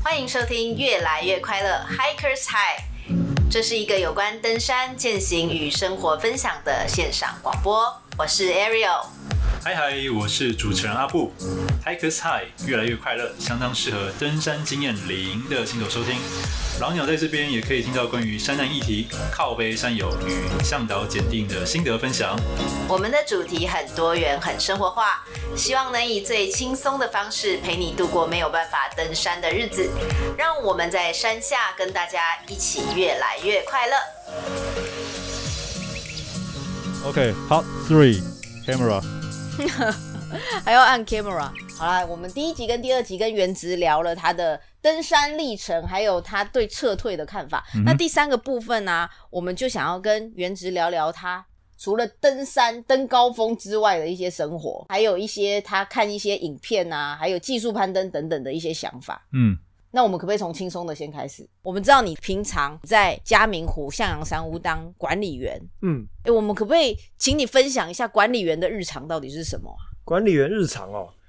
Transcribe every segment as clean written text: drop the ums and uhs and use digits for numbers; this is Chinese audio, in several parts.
欢迎收听越来越快乐 Hikers High， 这是一个有关登山、健行与生活分享的线上广播。我是 Ariel。 嗨嗨，我是主持人阿布。Hikers High 越来越快乐，相当适合登山经验零的新手收听。老鸟在这边也可以听到关于山难议题、靠背山友与向导检定的心得分享。 我们的主题很多元、很生活化，希望能以最轻松的方式陪你度过没有办法登山的日子。让我们在山下跟大家一起越来越快乐。 OK， Hot 3 Camera 还要按 camera。 好啦，我们第一集跟第二集跟元植聊了他的登山历程，还有他对撤退的看法。那第三个部分呢，我们就想要跟元植聊聊他除了登山登高峰之外的一些生活，还有一些他看一些影片啊，还有技术攀登等等的一些想法。那我们可不可以从轻松的先开始？我们知道你平常在嘉明湖向阳山屋当管理员，我们可不可以请你分享一下管理员的日常到底是什么啊？ 管理员日常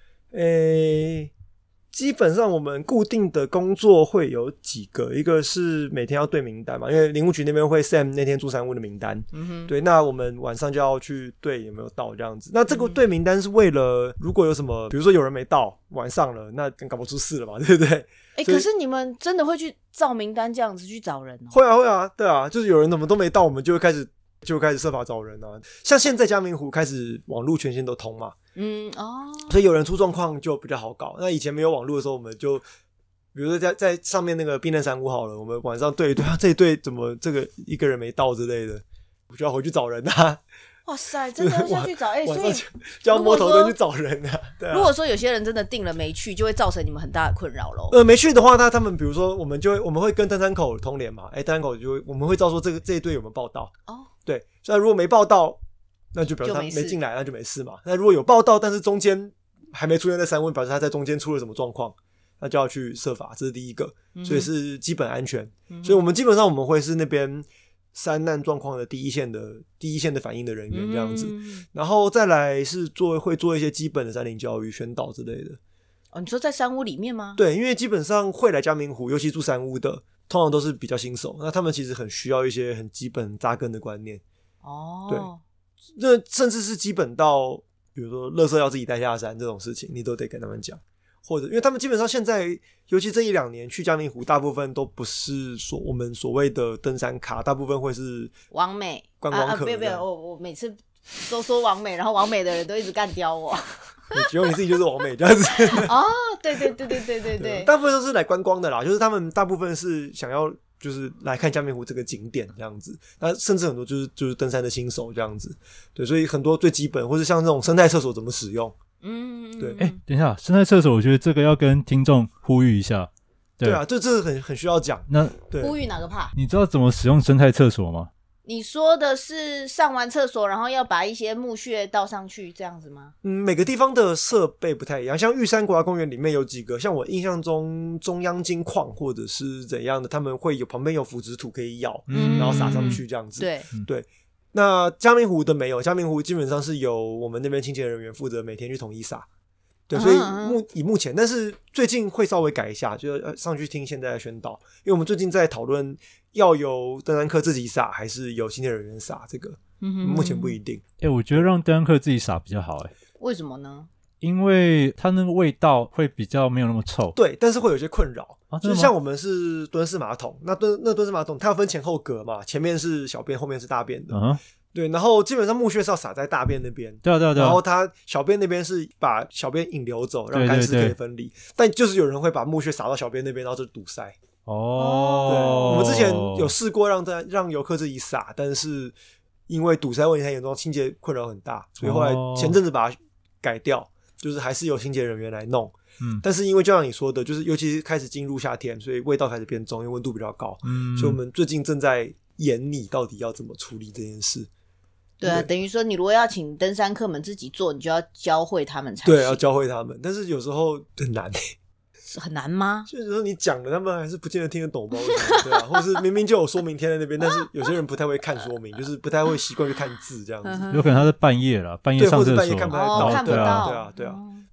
基本上我们固定的工作会有几个，一个是每天要对名单嘛，因为林务局那边会 send 那天住山屋的名单，对，那我们晚上就要去对有没有到这样子。那这个对名单是为了如果有什么，比如说有人没到晚上了，那搞不出事了嘛，对不对？ 可是你们真的会去照名单这样子去找人哦？ 会啊，对啊，就是有人怎么都没到，我们就会开始设法找人啊。像现在嘉明湖开始网路全线都通嘛，所以有人出状况就比较好搞。那以前没有网路的时候，我们就比如说在上面那个避难山屋好了，我们晚上对一对，这一队怎么这个一个人没到之类的，我就要回去找人啊。 哇塞，真的要下去找晚所以就要摸头灯去找人啊。对啊， 如果说有些人真的定了没去，就会造成你们很大的困扰咯。 没去的话，他们比如说我们会跟登山口通联嘛，登山口我们会照说这一队有没有报到。对，所以如果没报到，那就表示他没进来，那就没事嘛。那如果有报到，但是中间还没出现在山屋，表示他在中间出了什么状况，那就要去设法，这是第一个，所以是基本安全。所以我们基本上我们会是那边山难状况的第一线的反应的人员这样子，然后再来是会做一些基本的山林教育、宣导之类的。 你说在山屋里面吗？ 对，因为基本上会来嘉明湖，尤其住山屋的，通常都是比较新手，那他们其实很需要一些很基本扎根的观念。对，那甚至是基本到比如说垃圾要自己带下山这种事情，你都得跟他们讲。或者因为他们基本上现在尤其这一两年去嘉明湖大部分都不是我们所谓的登山卡，大部分会是网美观光客。 不要我每次都说网美，然后网美的人都一直干掉我。 结果你自己就是网美这样子。 对， 大部分都是来观光的啦，就是他们大部分是想要就是来看嘉明湖这个景点这样子，那甚至很多就是登山的新手这样子。对，所以很多最基本或是像这种生态厕所怎么使用。对， 等一下，生态厕所，我觉得这个要跟听众呼吁一下。 对啊，这很需要讲。 那呼吁哪个怕？ 你知道怎么使用生态厕所吗？ 你说的是上完厕所，然后要把一些木屑倒上去这样子吗？ 每个地方的设备不太一样，像玉山国家公园里面有几个，像我印象中中央金矿或者是怎样的，他们会有旁边有腐殖土可以舀，然后撒上去这样子。对。那嘉明湖的没有，嘉明湖基本上是由我们那边清洁人员负责每天去统一撒。对，所以以目前，但是最近会稍微改一下，就上去听现在的宣导，因为我们最近在讨论要由登山客自己撒还是由清洁人员撒，这个目前不一定。 我觉得让登山客自己撒比较好。 为什么呢？ 因为它那个味道会比较没有那么臭。 对，但是会有些困扰。就像我们是蹲式马桶，那蹲式马桶它要分前后格嘛，前面是小便，后面是大便的。对，然后基本上木屑是要撒在大便那边，对，然后它小便那边是把小便引流走，让干湿可以分离。但就是有人会把木屑撒到小便那边，然后就堵塞。对，我们之前有试过让游客自己撒，但是因为堵塞问题太严重，清洁困扰很大，所以后来前阵子把它改掉，就是还是有清洁人员来弄。但是因为就像你说的，就是尤其是开始进入夏天，所以味道开始变重，因为温度比较高。所以我们最近正在研拟到底要怎么处理这件事。 对啊，等于说你如果要请登山客们自己做，你就要教会他们才行。 对，要教会他们，但是有时候很难。 很难吗？ 就是说你讲了，他们还是不见得听得懂吧？对啊，或者是明明就有说明贴在那边，但是有些人不太会看说明，就是不太会习惯去看字这样子。 有可能他是半夜啦，半夜上厕所， 对，或者半夜看不太到， 看不到。 对啊。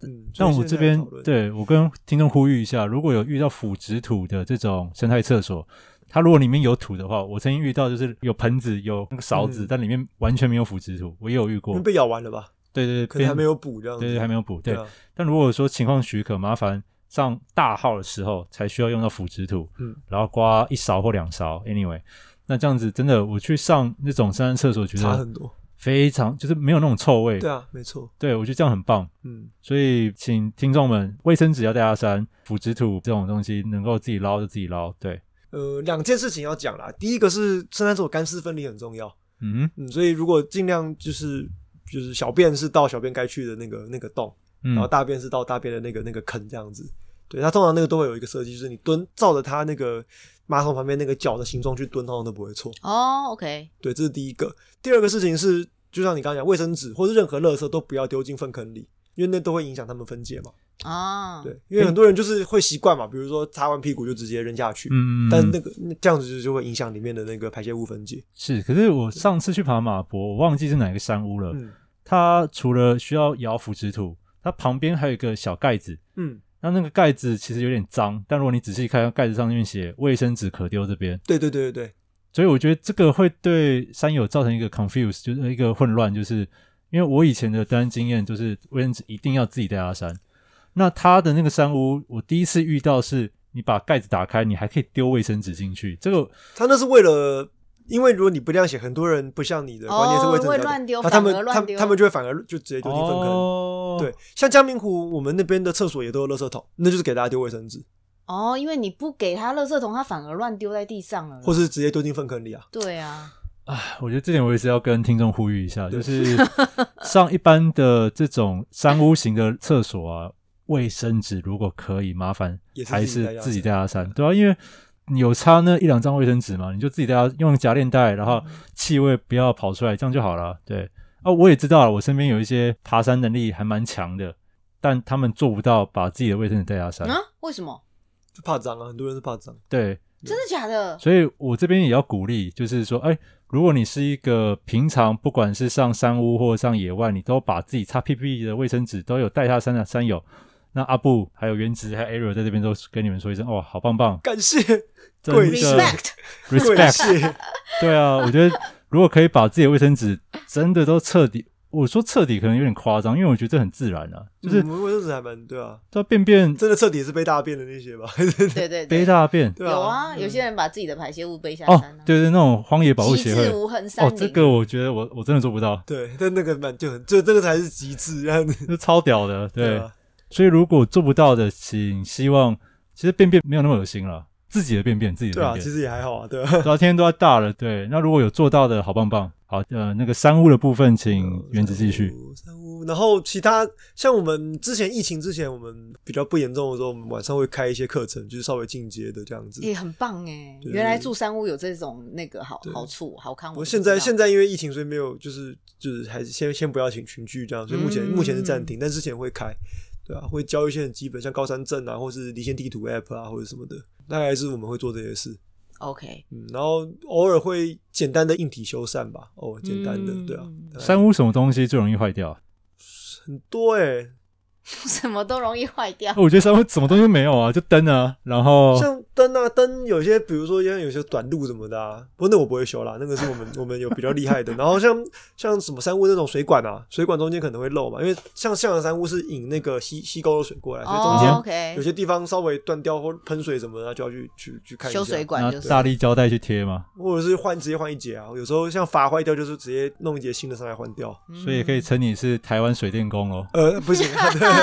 但我这边对我跟听众呼吁一下，如果有遇到腐殖土的这种生态厕所，它如果里面有土的话，我曾经遇到就是有盆子有那个勺子，但里面完全没有腐殖土，我也有遇过。 被咬完了吧？ 对对对， 可能还没有补这样子。 对对，还没有补。对，但如果说情况许可，麻烦上大号的时候才需要用到腐殖土，然后刮1勺或2勺 ，anyway， 那这样子真的，我去上那种山厕所，觉得差很多， 非常就是没有那种臭味。 对啊，没错。 对，我觉得这样很棒。所以请听众们，卫生纸要带下山，腐殖土这种东西能够自己捞就自己捞。对 ，2件事情要讲啦。第一个是生态厕所干湿分离很重要。所以如果尽量就是小便是到小便该去的那个洞，然后大便是到大便的那个坑这样子。对，它通常那个都会有一个设计，就是你蹲照着它那个马桶旁边那个脚的形状去蹲，通常都不会错。 OK。 对，这是第一个。第二个事情是，就像你刚刚讲，卫生纸或是任何垃圾都不要丢进粪坑里，因为那都会影响它们分解嘛。对，因为很多人就是会习惯嘛，比如说擦完屁股就直接扔下去，但这样子就会影响里面的那个排泄物分解。 是，可是我上次去爬马博，我忘记是哪个山屋了。它除了需要摇腐殖土，它旁边还有一个小盖子。那个盖子其实有点脏，但如果你仔细看，盖子上面写卫生纸可丢这边。 对。 所以我觉得这个会对山友造成一个 confuse， 就是一个混乱，就是因为我以前的登山经验就是卫生纸一定要自己带下山。那他的那个山屋，我第一次遇到是你把盖子打开，你还可以丢卫生纸进去。这个他那是为了，因为如果你不这样写，很多人不像你的观念是卫生纸会乱丢， 他们就会反而就直接丢进粪坑。对，像嘉明湖我们那边的厕所也都有垃圾桶，那就是给大家丢卫生纸。 因为你不给他垃圾桶，他反而乱丢在地上了， 或是直接丢进粪坑里啊。 对啊。 我觉得这点我也是要跟听众呼吁一下，就是上一般的这种山屋型的厕所啊，卫生纸如果可以，麻烦还是自己带下山。对啊，因为你有擦那1-2张卫生纸嘛，你就自己带下，用夹链袋，然后气味不要跑出来，这样就好了。对我也知道了，我身边有一些爬山能力还蛮强的，但他们做不到把自己的卫生纸带下山。 为什么？ 就怕脏啊，很多人是怕脏。 对， 真的假的？ 所以我这边也要鼓励，就是说，如果你是一个平常不管是上山屋或上野外，你都把自己擦屁屁的卫生纸都有带下山的山友，那阿布还有原子还有 Ariel 在这边都跟你们说一声，好棒棒， 感谢， 真的 respect。 对啊，我觉得如果可以把自己的卫生纸真的都彻底，我说彻底可能有点夸张，因为我觉得这很自然啊，就是卫生纸还蛮对啊， 便便真的彻底是背大便的那些吧？ 对， 背大便有啊，有些人把自己的排泄物背下山啊。 对，那种荒野保护协会， 极致无痕山林。 这个我觉得我真的做不到。 对，但那个就这个才是极致，这样子， 就超屌的。对，所以如果做不到的，请希望其实便便没有那么恶心了。自己的便便，对啊，其实也还好啊，对啊， 天天都要大了，对。那如果有做到的，好棒棒。好，那个山屋的部分，请原子继续。 山屋，然后其他像我们之前疫情之前，我们比较不严重的时候，我们晚上会开一些课程，就是稍微进阶的这样子， 也很棒哎。原来住山屋有这种好处，好看。 我现在因为疫情，所以没有，就是还是先不要请群聚这样，所以目前是暂停，但之前会开。对啊，会教一些很基本，像高山症啊，或是离线地图 App 啊，或者什么的，大概是我们会做这些事。 OK， 然后偶尔会简单的硬体修缮吧，简单的，对啊。 山屋什么东西最容易坏掉？ 很多什么都容易坏掉。 我觉得山屋什么东西都没有啊，就灯啊，然后像灯有些，比如说像有些短路什么的啊，不过那我不会修啦，那个是我们有比较厉害的。然后像什么山屋那种水管啊，水管中间可能会漏嘛，因为像象山屋是引那个溪沟的水过来，所以中间有些地方稍微断掉或喷水什么的，就要去看一下修水管， 拿大力胶带去贴嘛， 或者是直接换一节啊。有时候像阀坏掉，就是直接弄一节新的上来换掉。 所以也可以称你是台湾水电工咯。 不行。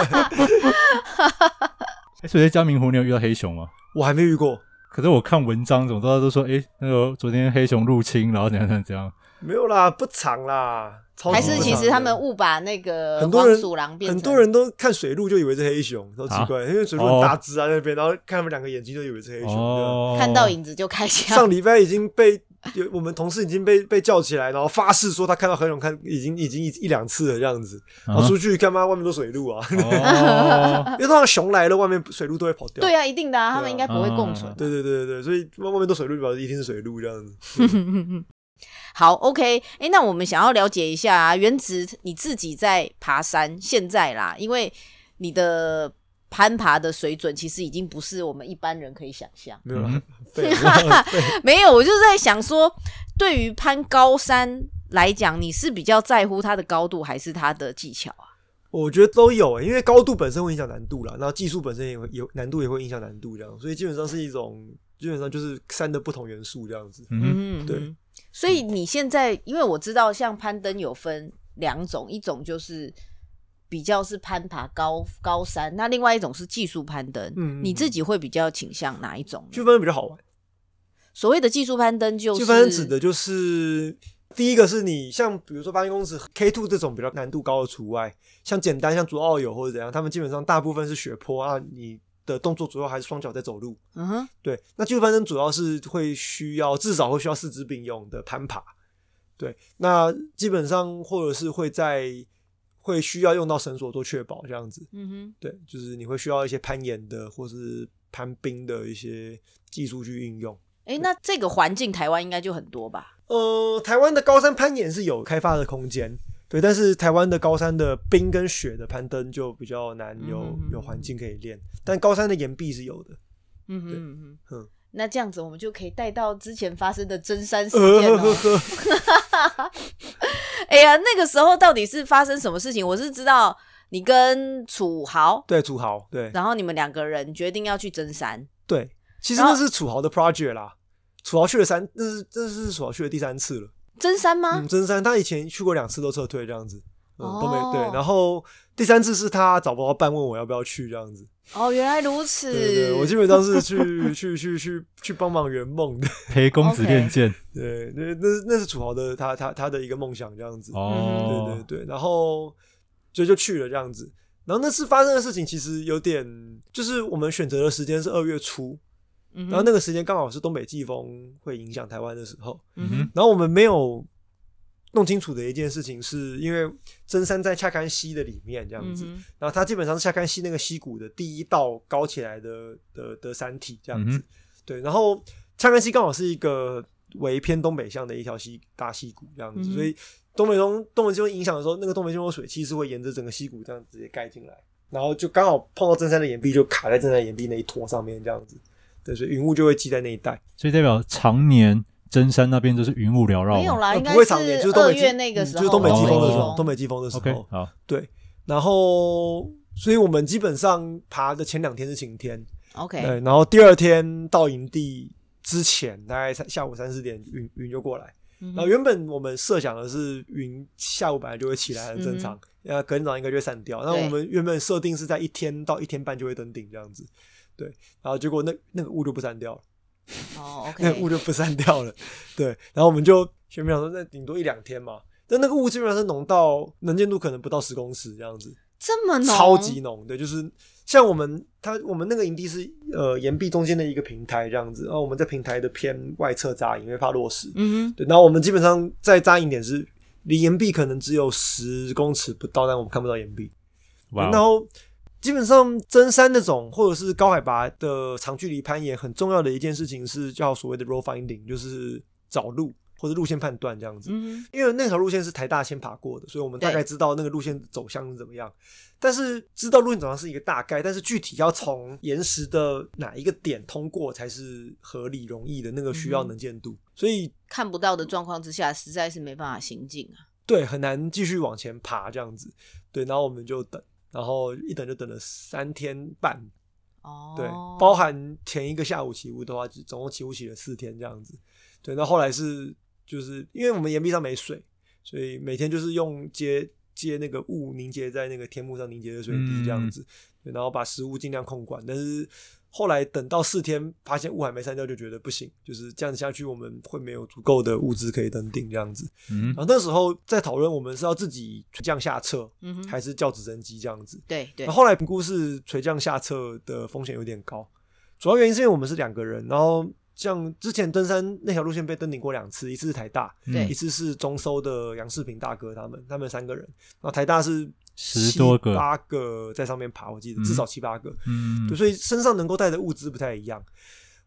所以在嘉明湖你有遇到黑熊吗？ 我还没遇过， 可是我看文章总都说那个昨天黑熊入侵，然后怎样没有啦，不长啦， 还是其实他们误把那个黄鼠狼变成很多人都看水鹿就以为是黑熊，都奇怪，因为水鹿很大只啊那边，然后看他们两个眼睛就以为是黑熊， 看到影子就开枪。 上礼拜已经我们同事已经被叫起来，然后发誓说他看到黑熊已经1-2次了这样子，然后出去看嘛，外面都水鹿啊，因为通常熊来了，外面水鹿都会跑掉。 对啊，一定的啊，他们应该不会共存。 对，所以外面都水鹿，表示一定是水鹿这样子。 好 ，OK， 那我们想要了解一下原子，你自己在爬山，现在啦，因为你的攀爬的水准其实已经不是我们一般人可以想象。 没有啦， 没有，我就是在想说，对于攀高山来讲，你是比较在乎它的高度还是它的技巧啊？ 我觉得都有因为高度本身会影响难度啦，然后技术本身也会有难度，也会影响难度这样，所以基本上是一种，基本上就是山的不同元素这样子。对。 所以你现在，因为我知道像攀登有分2种，一种就是比较是攀爬高山，那另外一种是技术攀登。你自己会比较倾向哪一种呢？ 技术攀登比较好玩。 所谓的技术攀登就是， 技术攀登指的就是第一个是你像比如说8000公尺 K2 这种比较难度高的除外，像简单像左奥友或者怎样，他们基本上大部分是雪坡啊，你的动作主要还是双脚在走路。对，那技术攀登主要是会至少会需要4肢并用的攀爬。对，那基本上或者是会需要用到绳索做确保这样子。对，就是你会需要一些攀岩的或是攀冰的一些技术去运用。 那这个环境台湾应该就很多吧？ 台湾的高山攀岩是有开发的空间，对，但是台湾的高山的冰跟雪的攀登就比较难有环境可以练，但高山的岩壁是有的。 那这样子我们就可以带到之前发生的真山事件了。哎呀，那个时候到底是发生什么事情？我是知道你跟楚豪， 对，楚豪，对， 然后你们2个人决定要去登山。 对，其实那是楚豪的 project 啦。楚豪去了这是楚豪去了第3次了。 登山吗？ 登山，他以前去过2次都撤退这样子，都没对。然后第3次是他找不到伴，问我要不要去这样子。 原来如此。 对，我基本上是去帮忙圆梦的， 陪公子练剑。 对，那是楚豪的他的一个梦想这样子。对，然后就去了这样子。然后那次发生的事情其实有点，就是我们选择的时间是2月初。然后那个时间刚好是东北季风会影响台湾的时候。然后我们没有弄清楚的一件事情是，因为真山在恰堪溪的里面这样子，然后它基本上是恰堪溪那个溪谷的第一道高起来的山体这样子。对，然后恰堪溪刚好是一个为偏东北向的一条大溪谷这样子，所以东北季风影响的时候，那个东北季风水汽是会沿着整个溪谷这样直接盖进来，然后就刚好碰到真山的岩壁，就卡在真山岩壁那一坨上面这样子。对，所以云雾就会积在那一带， 所以代表常年真山那边都是云雾缭绕。 没有啦，应该不会常年，就是 2月那个时候， 就是东北季风的时候，东北季风的时候。 Okay, 好， 对，然后所以我们基本上爬的前2天是晴天。 OK， 对，然后第2天到营地之前，大概下午3-4点，云就过来。然后原本我们设想的是云下午本来就会起来，很正常，隔天早上应该就会散掉。那我们原本设定是在1天到1天半就会登顶这样子。对，然后结果那个雾就不散掉了。 OK， 那个雾就不散掉了。对，然后我们就原本想说那顶多1-2天嘛，但那个雾基本上是浓到能见度可能不到10公尺这样子， 这么浓， 超级浓。对，就是像我们那个营地是岩壁中间的一个平台这样子，然后我们在平台的偏外侧扎营，因为怕落石。对，然后我们基本上在扎营点是离岩壁可能只有10公尺不到，但我们看不到岩壁。然后基本上登山那种或者是高海拔的长距离攀岩，很重要的一件事情是叫所谓的 road finding， 就是找路或者路线判断这样子。因为那条路线是台大先爬过的，所以我们大概知道那个路线走向是怎么样。但是知道路线走向是一个大概，但是具体要从岩石的哪一个点通过才是合理容易的，那个需要能见度，所以看不到的状况之下实在是没办法行进啊。 对，很难继续往前爬这样子。对，然后我们就等，然后一等就等了3天半。对，包含前一个下午起雾的话，总共起雾起了4天这样子。对，那后来就是因为我们岩壁上没水，所以每天就是用接那个雾凝结在那个天幕上凝结的水滴这样子。对，然后把食物尽量控管。但是后来等到4天发现雾还没散掉，就觉得不行，就是这样子下去我们会没有足够的物资可以登顶这样子。然后那时候在讨论我们是要自己垂降下撤，还是叫直升机这样子。 对。 然后后来评估是垂降下撤的风险有点高，主要原因是因为我们是2个人，然后像之前登山那条路线被登顶过2次，一次是台大，一次是中搜的杨世平大哥他们3个人，然后台大是 10多个 7-8个在上面爬，我记得至少7-8个。对，所以身上能够带的物资不太一样。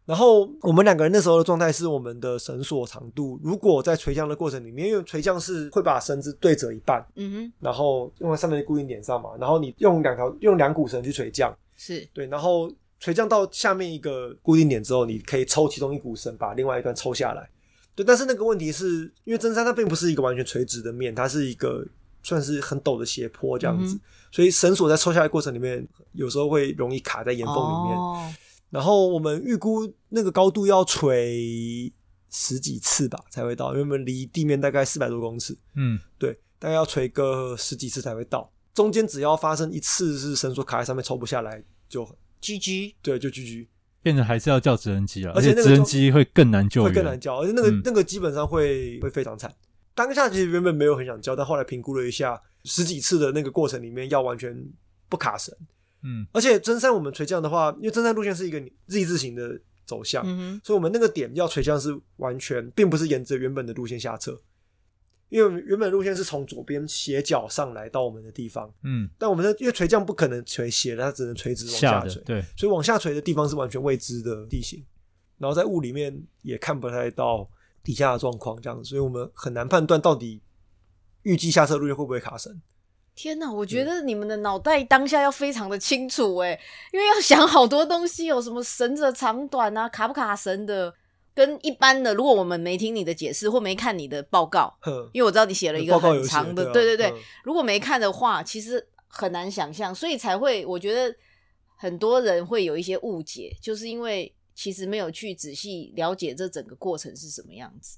然后我们2个人那时候的状态是，我们的绳索长度如果在垂降的过程里面，因为垂降是会把绳子对折一半，然后用在上面的固定点上嘛，然后你用2股绳去垂降， 是对，然后垂降到下面一个固定点之后，你可以抽其中一股绳把另外一端抽下来。对，但是那个问题是因为真山它并不是一个完全垂直的面，它是一个算是很陡的斜坡这样子，所以绳索在抽下来的过程里面有时候会容易卡在岩缝里面，然后我们预估那个高度要垂10几次吧才会到，因为我们离地面大概400多公尺，对，大概要垂个10几次才会到，中间只要发生一次是绳索卡在上面抽不下来就 GG， 对，就 GG， 变成还是要叫直升机了，而且直升机会更难救援， 会更难叫，而且那个基本上会非常惨。当下其实原本没有很想叫，但后来评估了一下，10几次的那个过程里面要完全不卡绳，而且真山我们垂降的话，因为真山路线是一个 Z 字形的走向，所以我们那个点要垂降是完全并不是沿着原本的路线下撤。因为原本路线是从左边斜角上来到我们的地方，但我们因为垂降不可能垂斜的，它只能垂直往下垂， 对， 所以往下垂的地方是完全未知的地形，然后在雾里面也看不太到底下的状况，这样，所以我们很难判断到底预计下车路线会不会卡绳。 天哪，我觉得你们的脑袋当下要非常的清楚耶，因为要想好多东西，有什么绳子的长短啊，卡不卡绳的。跟一般的，如果我们没听你的解释或没看你的报告，因为我知道你写了一个很长的，对，如果没看的话，其实很难想象，所以才会我觉得很多人会有一些误解，就是因为其实没有去仔细了解这整个过程是什么样子。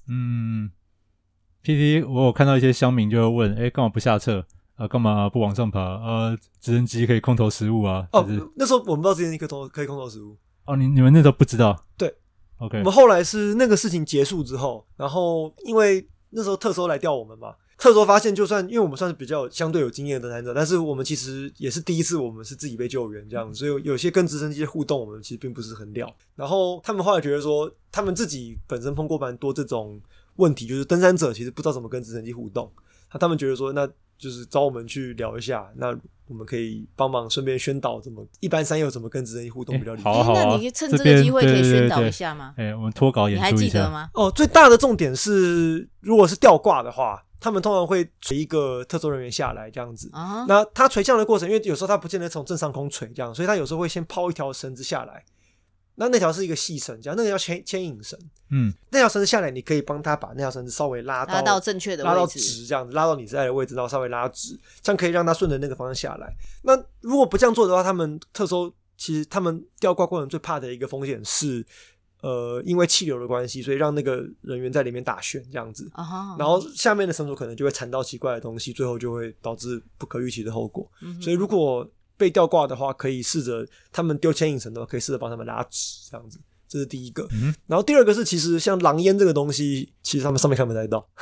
PT 我有看到一些乡民就会问，干嘛不下撤啊？干嘛不往上爬？直升机可以空投食物啊？ 那时候我们不知道直升机可以空投食物。 你们那时候不知道？ 对。 Okay. 我们后来是那个事情结束之后，然后因为那时候特搜来调我们嘛，特搜发现就算因为我们算是比较相对有经验的登山者，但是我们其实也是第一次我们是自己被救援这样，所以有些跟直升机的互动我们其实并不是很了。然后他们后来觉得说他们自己本身碰过蛮多这种问题，就是登山者其实不知道怎么跟直升机互动，他们觉得说那就是找我们去聊一下，那我们可以帮忙顺便宣导怎么一般山友怎么跟直升机互动比较理解。 好啊， 那你趁这个机会可以宣导一下吗？ 我们脱稿演出一下。 你还记得吗？ 最大的重点是，如果是吊挂的话，他们通常会垂一个特搜人员下来这样子。那他垂降的过程，因为有时候他不见得从正上空垂这样，所以他有时候会先抛一条绳子下来。那条是一个细绳，这样那个叫牵引绳。那条绳子下来，你可以帮他把那条绳子稍微拉到正确的位置， 拉到直，这样子拉到你在的位置，然后稍微拉直，这样可以让他顺着那个方向下来。那如果不这样做的话，他们特搜其实他们吊挂过程最怕的一个风险是，因为气流的关系，所以让那个人员在里面打旋这样子，然后下面的绳索可能就会缠到奇怪的东西，最后就会导致不可预期的后果。所以如果被吊挂的话，可以试着他们丢牵引绳的话，可以试着帮他们拉直这样子，这是第一个。然后第二个是，其实像狼烟这个东西，其实他们上面看不太到。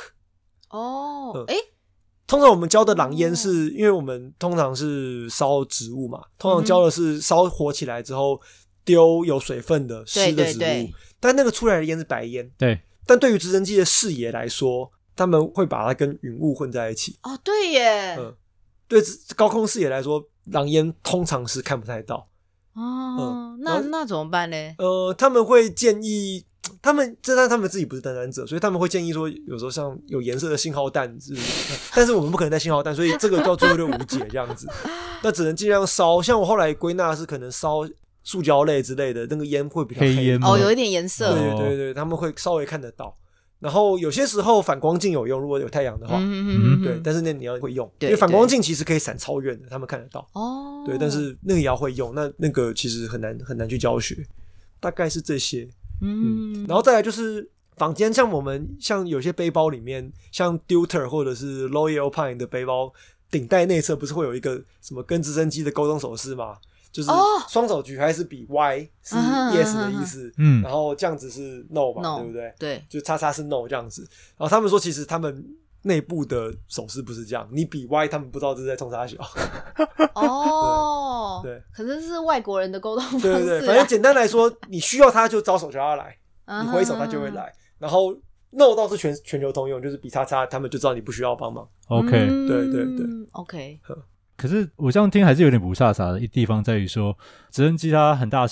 通常我们教的狼烟是因为我们通常是烧植物嘛，通常教的是烧火起来之后丢有水分的湿的植物，但那个出来的烟是白烟。 对， 但对于直升机的视野来说，他们会把它跟云雾混在一起。 对耶。 对高空视野来说，狼烟通常是看不太到。 那怎么办呢？ 他们会建议他们自己不是登山者，所以他们会建议说，有时候像有颜色的信号弹但是我们不可能带信号弹，所以这个到最后就无解这样子。那只能尽量烧，像我后来归纳是可能烧塑胶类之类的，那个烟会比较黑烟有一点颜色。 对，他们会稍微看得到。然后有些时候反光镜有用，如果有太阳的话，对，但是那你要会用，因为反光镜其实可以闪超远的，他们看得到。对，但是那个也要会用，那个其实很难去教学，大概是这些。然后再来就是坊间像有些背包里面，像 Deuter 或者是 Loyal Alpine 的背包，顶带内侧不是会有一个什么跟直升机的沟通手势吗？就是双手举开是比 Y 是 yes 的意思，然后这样子是 no 嘛，对不对？ 对， 就叉叉是 no 这样子。然后他们说，其实他们内部的手势不是这样，你比 Y， 他们不知道这是在冲啥小。对， 可能是外国人的沟通方式。 对，反正简单来说，你需要他就招手叫他来，你挥手他就会来。然后 no 倒是全球通用，就是比叉叉，他们就知道你不需要帮忙。 OK， 对可是我这样听还是有点不飒飒的地方在于说，直升机它很大声，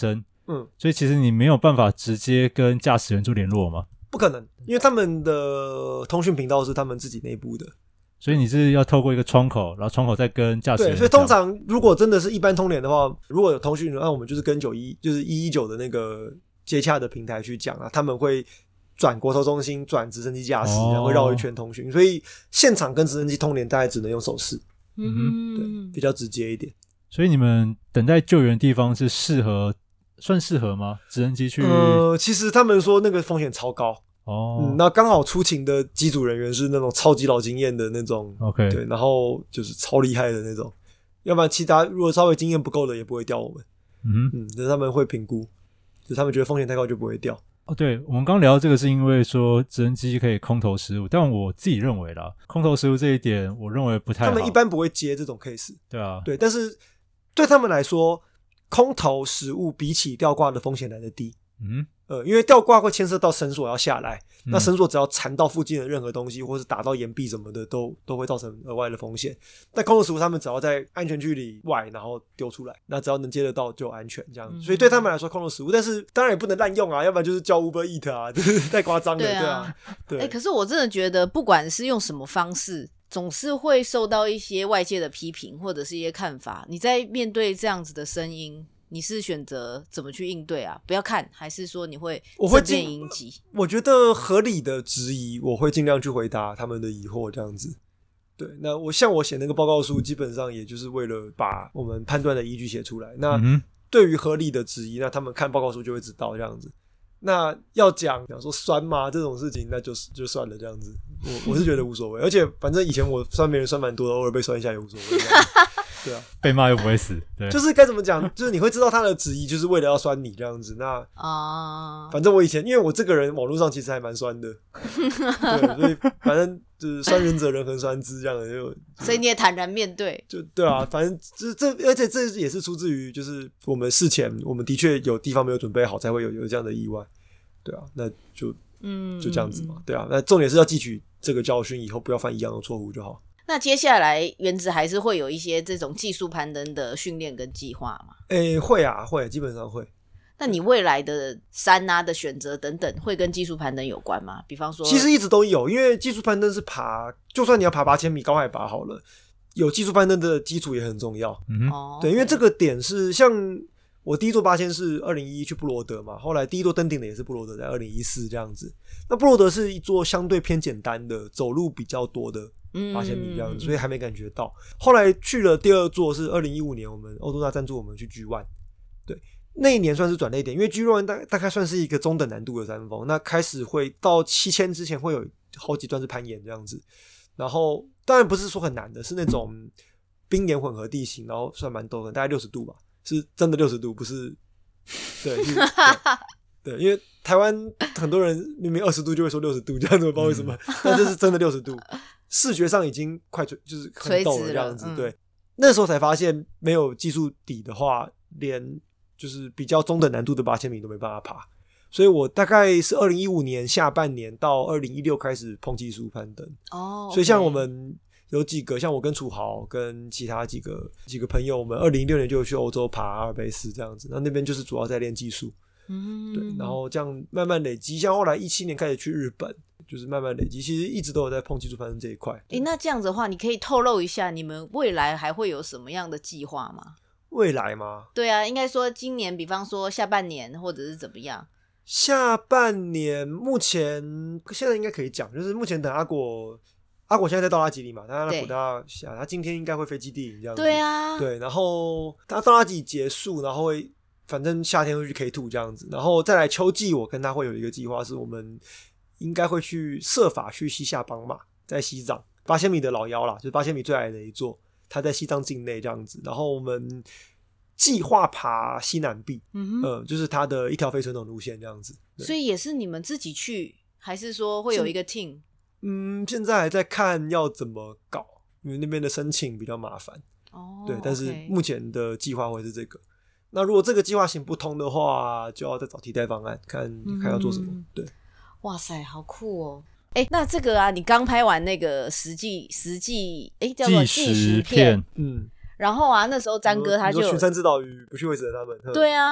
所以其实你没有办法直接跟驾驶员做联络吗？ 不可能，因为他们的通讯频道是他们自己内部的， 所以你是要透过一个窗口，然后窗口再跟驾驶员。 对，所以通常如果真的是一般通联的话，如果有通讯，那我们就是跟91就是119的那个接洽的平台去讲啊，他们会转国投中心，转直升机驾驶，然后会绕一圈通讯，所以现场跟直升机通联大概只能用手势，对，比较直接一点。 所以你们等待救援的地方是算适合吗？直升机去？ 其实他们说那个风险超高那刚好出勤的机组人员是那种超级老经验的那种 ，OK， 对，然后就是超厉害的那种，要不然其他如果稍微经验不够的也不会调我们，就是他们会评估，就是他们觉得风险太高就不会调。 对，我们刚聊到这个是因为说直升机可以空投失误，但我自己认为啦，空投失误这一点，我认为不太好。 他们一般不会接这种 case， 对啊， 对，但是对他们来说，空投失误比起吊挂的风险来得低。因为吊挂会牵涉到绳索要下来，那绳索只要缠到附近的任何东西，或是打到岩壁什么的，都会造成额外的风险。但空投失误他们只要在安全距离外，然后丢出来，那只要能接得到就安全这样。所以对他们来说空投失误，但是当然也不能滥用啊，要不然就是叫 Uber Eat 啊，这是太夸张了，对啊。对， 可是我真的觉得，不管是用什么方式，总是会受到一些外界的批评或者是一些看法。你在面对这样子的声音，你是选择怎么去应对啊？不要看，还是说你会正面迎击？ 我觉得合理的质疑，我会尽量去回答他们的疑惑，这样子。对，那我写那个报告书，基本上也就是为了把我们判断的依据写出来。那对于合理的质疑，那他们看报告书就会知道这样子。那要讲说酸吗这种事情，那就算了这样子。我是觉得无所谓，而且反正以前我酸别人酸蛮多的，偶尔被酸一下也无所谓。对啊， 被骂又不会死，对， 就是该怎么讲，就是你会知道他的质疑就是为了要酸你这样子。那反正我以前因为我这个人网络上其实还蛮酸的，对，所以反正就是酸人者人恒酸之这样的， 所以你也坦然面对， 就对啊，反正而且这也是出自于就是我们事前我们的确有地方没有准备好，才会有这样的意外，对啊，那就这样子嘛，对啊，那重点是要汲取这个教训，以后不要犯一样的错误就好。 那接下来原子还是会有一些这种技术攀登的训练跟计划吗？ 会啊，会，基本上会。 那你未来的山啊的选择等等，会跟技术攀登有关吗？比方说， 其实一直都有，因为技术攀登是就算你要爬8000米高海拔好了，有技术攀登的基础也很重要。对，因为这个点是像我第一座8000是2011去布罗德嘛，后来第一座登顶的也是布罗德，在2014这样子。那布罗德是一座相对偏简单的，走路比较多的8000米这样子，所以还没感觉到。后来去了第二座是2015年，我们欧多纳赞助我们去 G1， 对，那一年算是转捩点，因为 G1 大概算是一个中等难度的山峰，那开始会到7000之前会有好几段是攀岩这样子，然后当然不是说很难的，是那种冰岩混合地形，然后算蛮陡的，大概60度吧，是真的60度，不是对。对，因为台湾很多人明明20度就会说60度这样子，我不知道为什么，但这是真的60度，视觉上已经快就是很陡了这样子。对，那时候才发现没有技术底的话，连就是比较中等难度的8000米都没办法爬。所以我大概是2015年下半年到2016开始碰技术攀登。所以像我们有几个，像我跟楚豪跟其他几个朋友，我们2016年就去欧洲爬阿尔卑斯这样子，那边就是主要在练技术。对，然后这样慢慢累积，像后来2017年开始去日本，就是慢慢累积，其实一直都有在碰技术攀登这一块。 那这样子的话，你可以透露一下你们未来还会有什么样的计划吗？ 未来吗？ 对啊，应该说今年，比方说下半年或者是怎么样？ 下半年目前现在应该可以讲，就是目前等阿果现在在道拉吉里嘛，他普大下，他今天应该会飞基地营这样子。 对啊， 对，然后他道拉吉结束，然后反正夏天会去 K2 这样子，然后再来秋季，我跟他会有一个计划，是我们应该会去设法去西夏邦马，在西藏8000米的老幺啦，就是8000米最矮的一座，他在西藏境内这样子，然后我们计划爬西南壁，就是他的一条非传统路线这样子。 所以也是你们自己去，还是说会有一个 team？ 现在还在看要怎么搞，因为那边的申请比较麻烦。对，但是目前的计划会是这个。那如果这个计划行不通的话，就要再找替代方案，看要做什么。对， 哇塞，好酷哦！那这个啊，你刚拍完那个实际叫做纪实片，然后啊，那时候詹哥他就群山之岛与不去会死的他们。 对啊，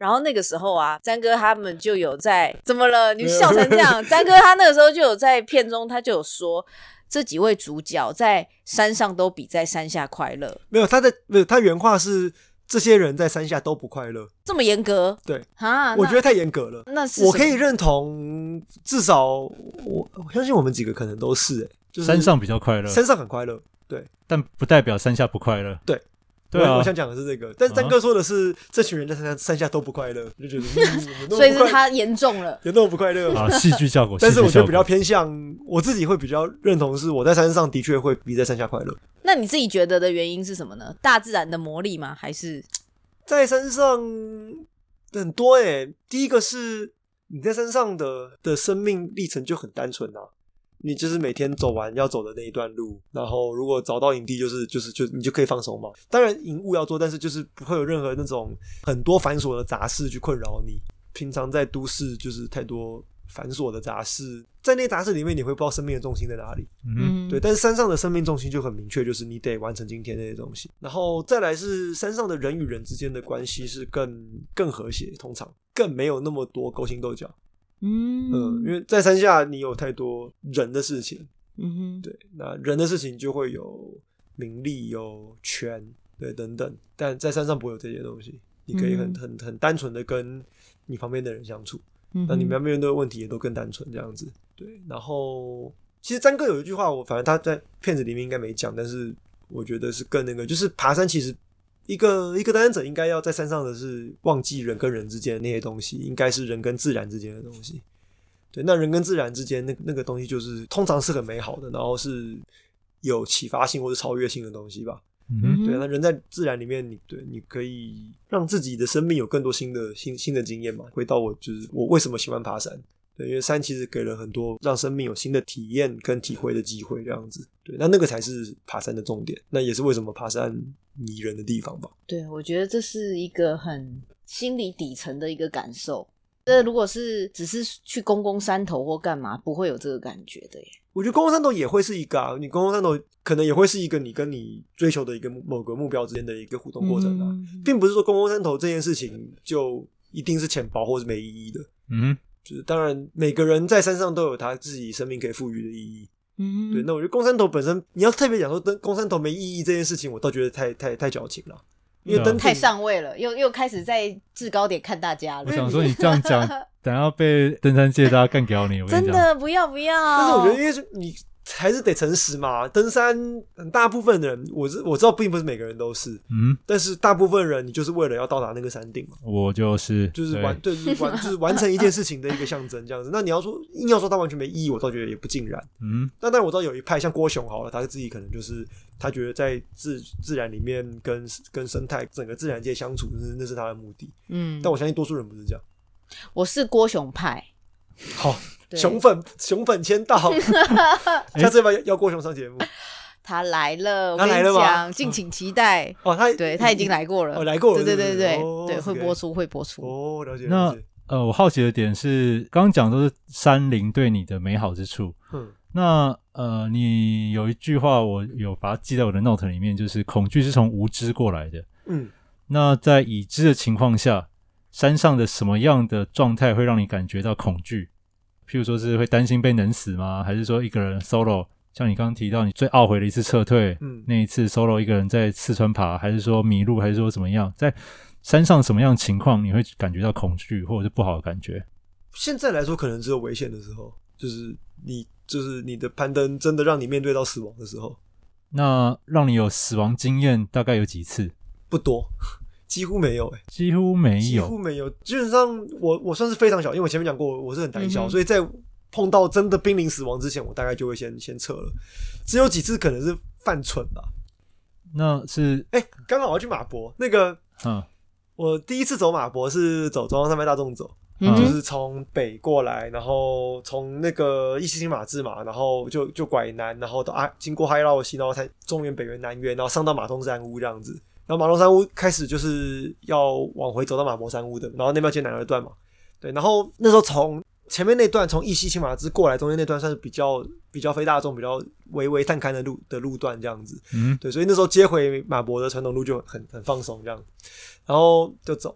然后那个时候啊，詹哥他们就有在怎么了？你笑成这样？詹哥他那个时候就有在片中，他就有说，这几位主角在山上都比在山下快乐。 没有，他原话是这些人在山下都不快乐， 这么严格？ 对啊，我觉得太严格了。 那是我可以认同，至少我相信我们几个可能都是就是山上比较快乐， 山上很快乐，对， 但不代表山下不快乐。 对。 对啊， 我想讲的是这个，但是詹哥说的是这群人在山下都不快乐，就觉得所以是他严重了， 有那么不快乐啊，戏剧效果。 但是我觉得比较偏向我自己会比较认同是我在山上的确会比在山下快乐。 那你自己觉得的原因是什么呢？大自然的魔力吗？还是在山上很多第一个是你在山上的生命历程就很单纯啊。你就是每天走完要走的那一段路，然后如果找到营地就你就可以放松嘛。当然营务要做，但是就是不会有任何那种很多繁琐的杂事去困扰你。平常在都市就是太多繁琐的杂事，在那些杂事里面你会不知道生命的重心在哪里。对。但是山上的生命重心就很明确，就是你得完成今天那些东西。然后再来是山上的人与人之间的关系是更和谐，通常更没有那么多勾心斗角。因为在山下你有太多人的事情，对，那人的事情就会有名利、有权，对，等等。但在山上不会有这些东西，你可以很单纯的跟你旁边的人相处，那你们面对的问题也都更单纯这样子，对。然后其实詹哥有一句话，反正他在片子里面应该没讲，但是我觉得是更那个，就是爬山其实。一个登山者应该要在山上的是忘记人跟人之间的那些东西，应该是人跟自然之间的东西。对，那人跟自然之间那个东西就是通常是很美好的，然后是有启发性或者超越性的东西吧。对，那人在自然里面，你可以让自己的生命有更多新的经验嘛。回到就是我为什么喜欢爬山？对，因为山其实给了很多让生命有新的体验跟体会的机会，这样子。对，那个才是爬山的重点，那也是为什么爬山迷人的地方吧。 对，我觉得这是一个很心理底层的一个感受。这如果是只是去攻山头或干嘛，不会有这个感觉的耶。 我觉得攻山头也会是一个你攻山头可能也会是一个你跟你追求的一个某个目标之间的一个互动过程啊，并不是说攻山头这件事情就一定是浅薄或是没意义的。就是当然每个人在山上都有他自己生命可以赋予的意义。对，那我觉得攻山头本身你要特别讲说攻山头没意义这件事情，我倒觉得太矫情了，因为太上位了，又开始在制高点看大家了。 我想说你这样讲等下被登山界大家干掉你，我跟你讲真的不要。 但是我觉得因为你还是得诚实嘛，登山大部分的人我知道并不是每个人都是，但是大部分人你就是为了要到达那个山顶嘛。 我就是完成一件事情的一个象征这样子。那你硬要说它完全没意义，我倒觉得也不尽然。但我知道有一派像郭雄好了，他自己可能就是他觉得在自然里面跟生态整个自然界相处，那是他的目的。但我相信多数人不是这样。 我是郭雄派。 好。熊粉签到，下次要郭雄上节目。 他来了， 他来了吗？ 敬请期待。他已经来过了。 来过了。 对，会播出。 哦，了解。 那我好奇的点是，刚刚讲都是山林对你的美好之处。那你有一句话我有把它记在我的 note 里面，就是恐惧是从无知过来的。那在已知的情况下，山上的什么样的状态会让你感觉到恐惧？譬如说是会担心被冷死吗？还是说一个人 solo， 像你刚刚提到你最懊悔的一次撤退，那一次 solo 一个人在四川爬，还是说迷路，还是说怎么样？在山上什么样的情况你会感觉到恐惧或者是不好的感觉？ 现在来说可能只有危险的时候，就是你的攀登真的让你面对到死亡的时候。 那让你有死亡经验大概有几次？ 不多。几乎没有几乎没有。 基本上我算是非常小，因为我前面讲过我是很胆小，所以在碰到真的濒临死亡之前，我大概就会先撤了。只有几次可能是犯蠢吧。 那是刚好我要去马博那个，我第一次走马博是走中央山脉大纵走，就是从北过来，然后从那个17马自嘛，然后就拐南，然后到经过哈伊拉西，然后才中原北原南原，然后上到马东山屋这样子。然后马东山屋开始就是要往回走到马博山屋的，然后那边接南二段嘛，对，然后那时候从前面那段从17马自过来，中间那段算是比较非大众、比较微探勘的路段这样子，对，所以那时候接回马博的传统路就很放松这样，然后就走，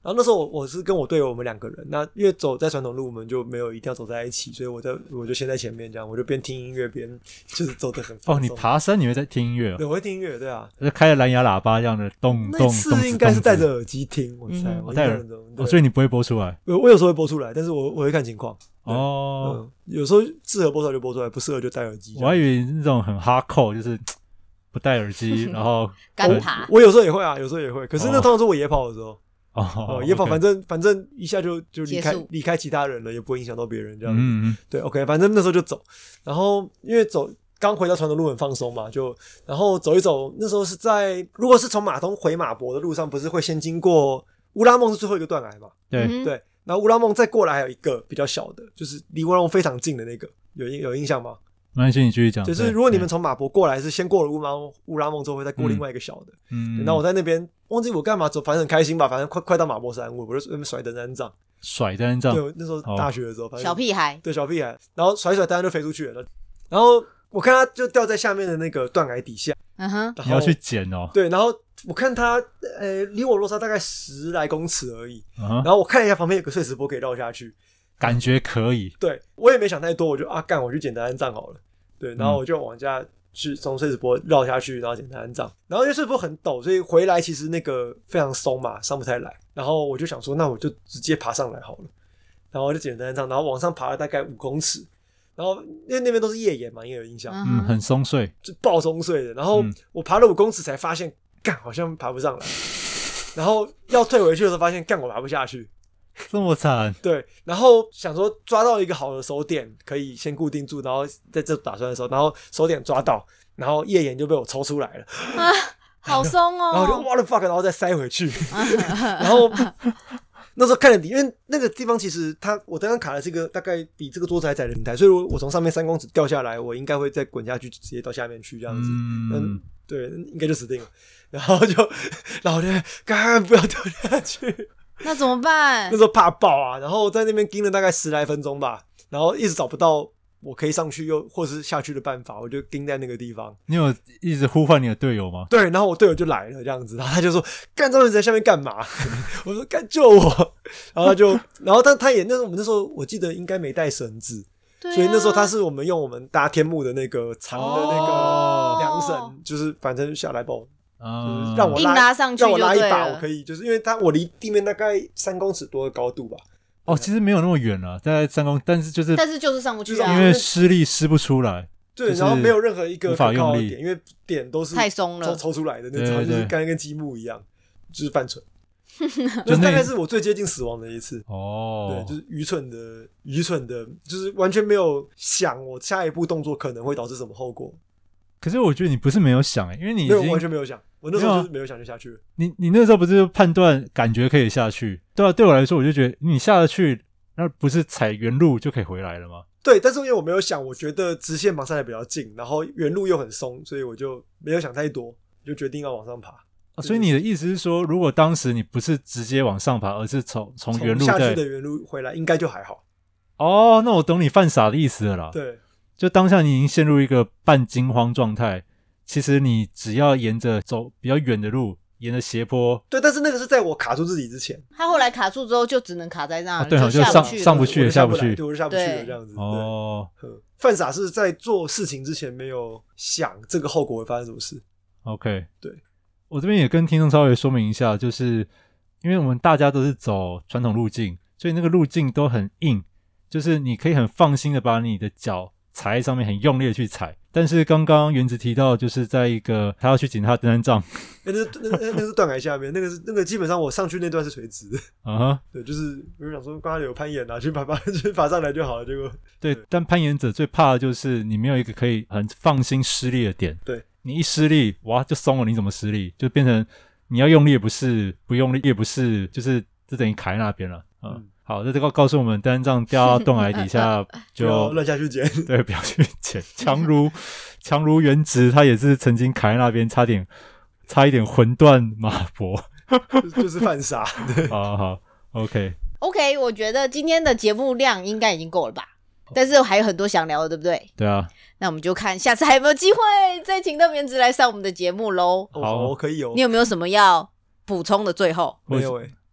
然后那时候我是跟我队友我们2个人，那因为走在传统路我们就没有一定要走在一起，所以我就先在前面这样，我就边听音乐边就是走得很放松。 你爬山你会在听音乐？ 对，我会听音乐，对啊， 就开着蓝牙喇叭这样的咚咚。那次应该是戴着耳机听，我猜。我戴着所以你不会播出来？ 我有时候会播出来，但是我会看情况。有时候适合播出来就播出来，不适合就戴耳机。 我还以为那种很hardcore，就是不戴耳机，然后干爬。 我有时候也会啊，有时候也会。可是那通常是我野跑的时候。野跑反正一下就离开其他人了，也不会影响到别人这样子。对 ，OK， 反正那时候就走。然后因为刚回到传统路很放松嘛，然后走一走。那时候是如果是从马东回马博的路上，不是会先经过乌拉梦是最后一个断崖嘛？对。然后乌拉梦再过来还有一个比较小的，就是离乌拉梦非常近的那个，有印象吗？ 没关系，你继续讲。 就是如果你们从马博过来，是先过了乌拉梦之后，会再过另外一个小的。然后我在那边忘记我干嘛走，反正很开心吧，反正快到马博山，我就在那边甩登山杖。 甩登山杖？ 对，那时候大学的时候，反正小屁孩。 对，小屁孩。然后甩登山就飞出去了，然后我看他就掉在下面的那个断崖底下。 你要去捡哦。 对，然后我看他离我落差大概10来公尺而已。然后我看一下旁边有个碎石坡可以绕下去。 感觉可以， 对，我也没想太多，我就我去捡登山杖好了，对，然后我就往下去从碎石坡绕下去，然后捡登山杖，然后因为碎石坡很陡，所以回来其实那个非常松嘛，上不太来，然后我就想说，那我就直接爬上来好了，然后我就捡登山杖，然后往上爬了大概5公尺，然后因为那边都是页岩嘛，应该有印象， 很松碎， 就爆松碎的，然后我爬了5公尺才发现，好像爬不上来，然后要退回去的时候发现，我爬不下去。 这么惨。 对，然后想说抓到一个好的手点可以先固定住，然后在这打算的时候，然后手点抓到，然后页岩就被我抽出来了好松哦， 然后就what the fuck，然后再塞回去然后那时候看了底，因为那个地方其实我刚刚卡的是一个大概比这个桌子还窄的平台，所以我从上面3公尺掉下来，我应该会再滚下去，直接到下面去这样子。对，应该就死定了。然后就干不要掉下去。 那怎么办？ 那时候怕爆啊，然后在那边盯了大概10来分钟吧，然后一直找不到我可以上去又或是下去的办法，我就盯在那个地方。 你有一直呼唤你的队友吗？ 对，然后我队友就来了这样子，然后他就说：“干，这人在下面干嘛？”我说：“干，救我！”然后他也我们那时候我记得应该没带绳子，所以那时候他是我们用我们搭天幕的那个长的那个梁绳，就是反正下来把我。让我拉上去， 让我拉一把，我可以，就是因为我离地面大概3公尺多的高度吧。 其实没有那么远了，大概3公，但是就是上不去啊， 因为施力施不出来。 对，然后没有任何一个无法用力点，因为点都是太松了， 抽出来的那种，就是刚跟积木一样，就是犯蠢。就大概是我最接近死亡的一次。对，就是愚蠢的，就是完全没有想我下一步动作可能会导致什么后果。 可是我觉得你不是没有想因为你完全没有想，我那时候就是没有想就下去了。 你那时候不是判断感觉可以下去？对啊，对我来说我就觉得你下得去，那不是踩原路就可以回来了吗？ 对，但是因为我没有想，我觉得直线往上来比较近，然后原路又很松，所以我就没有想太多，就决定要往上爬。 所以你的意思是说，如果当时你不是直接往上爬，而是从原路下去的原路回来，应该就还好。 那我懂你犯傻的意思了啦。 对。 就当下你已经陷入一个半惊慌状态，其实你只要沿着走比较远的路，沿着斜坡。 对，但是那个是在我卡住自己之前。 他后来卡住之后就只能卡在那， 对，就上不去，下不去， 对，我就下不去了这样子。犯傻是在做事情之前没有想这个后果会发生什么事。 OK， 对， 我这边也跟听众稍微说明一下，就是因为我们大家都是走传统路径，所以那个路径都很硬，就是你可以很放心的把你的脚踩在上面，很用力的去踩。但是刚刚原子提到，就是在一个他要去捡他登山杖， 那是断崖下面，那个基本上我上去那段是垂直的，对，就是我就想说刚刚有攀岩去爬上来就好了，结果对，但攀岩者最怕的就是你没有一个可以很放心施力的点， 对， 你一施力哇就松了，你怎么施力就变成你要用力也不是，不用力也不是，就是就等于卡在那边了，好，这个告诉我们，登山杖掉到断崖底下就乱下去捡， 对，不要去捡。强如原子，他也是曾经卡在那边，差一点魂断马博， 就是犯傻。对， 好 ，OK， 我觉得今天的节目量应该已经够了吧？但是还有很多想聊的，对不对？ 对啊， 那我们就看下次还有没有机会再请到原子来上我们的节目喽。 好，可以哦。 你有没有什么要补充的？最后没有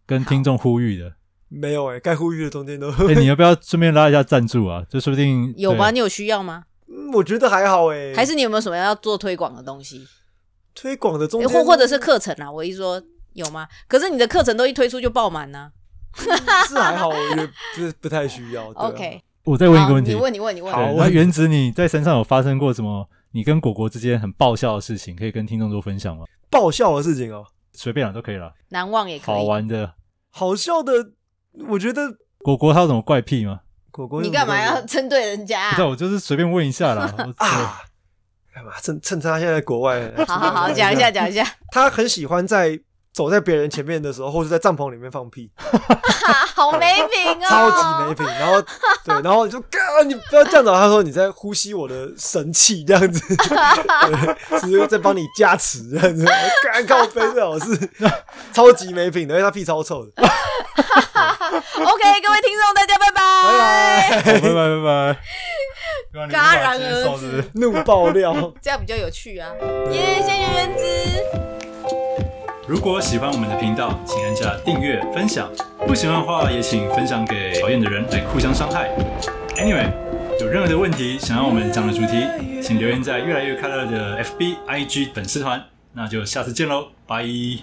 跟听众呼吁的？ 没有该呼吁的中间都。 你要不要顺便拉一下赞助啊？就说不定有吗？你有需要吗？ 我觉得还好还是你有没有什么要做推广的东西？ 推广的中间或者是课程啊？我一说有吗？可是你的课程都一推出就爆满啊。 是还好，我觉得不太需要。 OK， 我再问一个问题。 你问。 好，那原子你在山上有发生过什么？你跟果果之间很爆笑的事情，可以跟听众做分享吗？ 爆笑的事情哦， 随便都可以啦。 难忘也可以。 好玩的、 好笑的，我觉得果果他有什么怪癖吗？ 果果， 你干嘛要针对人家？ 不是，我就是随便问一下啦。 干嘛？趁他现在在国外。 好，讲一下。 他很喜欢走在别人前面的时候，或是在帐篷里面放屁。 好没品哦， 超级没品。然后对，然后你就你不要这样子。他说你在呼吸我的神气，这样子，对，是在帮你加持这样子。靠背这种是超级没品的，因为他屁超臭的。 OK， 各位听众，大家拜拜， 拜拜。 戛然而止， 怒爆料， 这样比较有趣啊！耶，谢谢原子。 如果喜欢我们的频道，请按下订阅、分享。不喜欢的话，也请分享给讨厌的人来互相伤害。Anyway， 有任何的问题想要我们讲的主题，请留言在越来越快乐的 FB、IG 粉丝团。那就下次见喽，拜。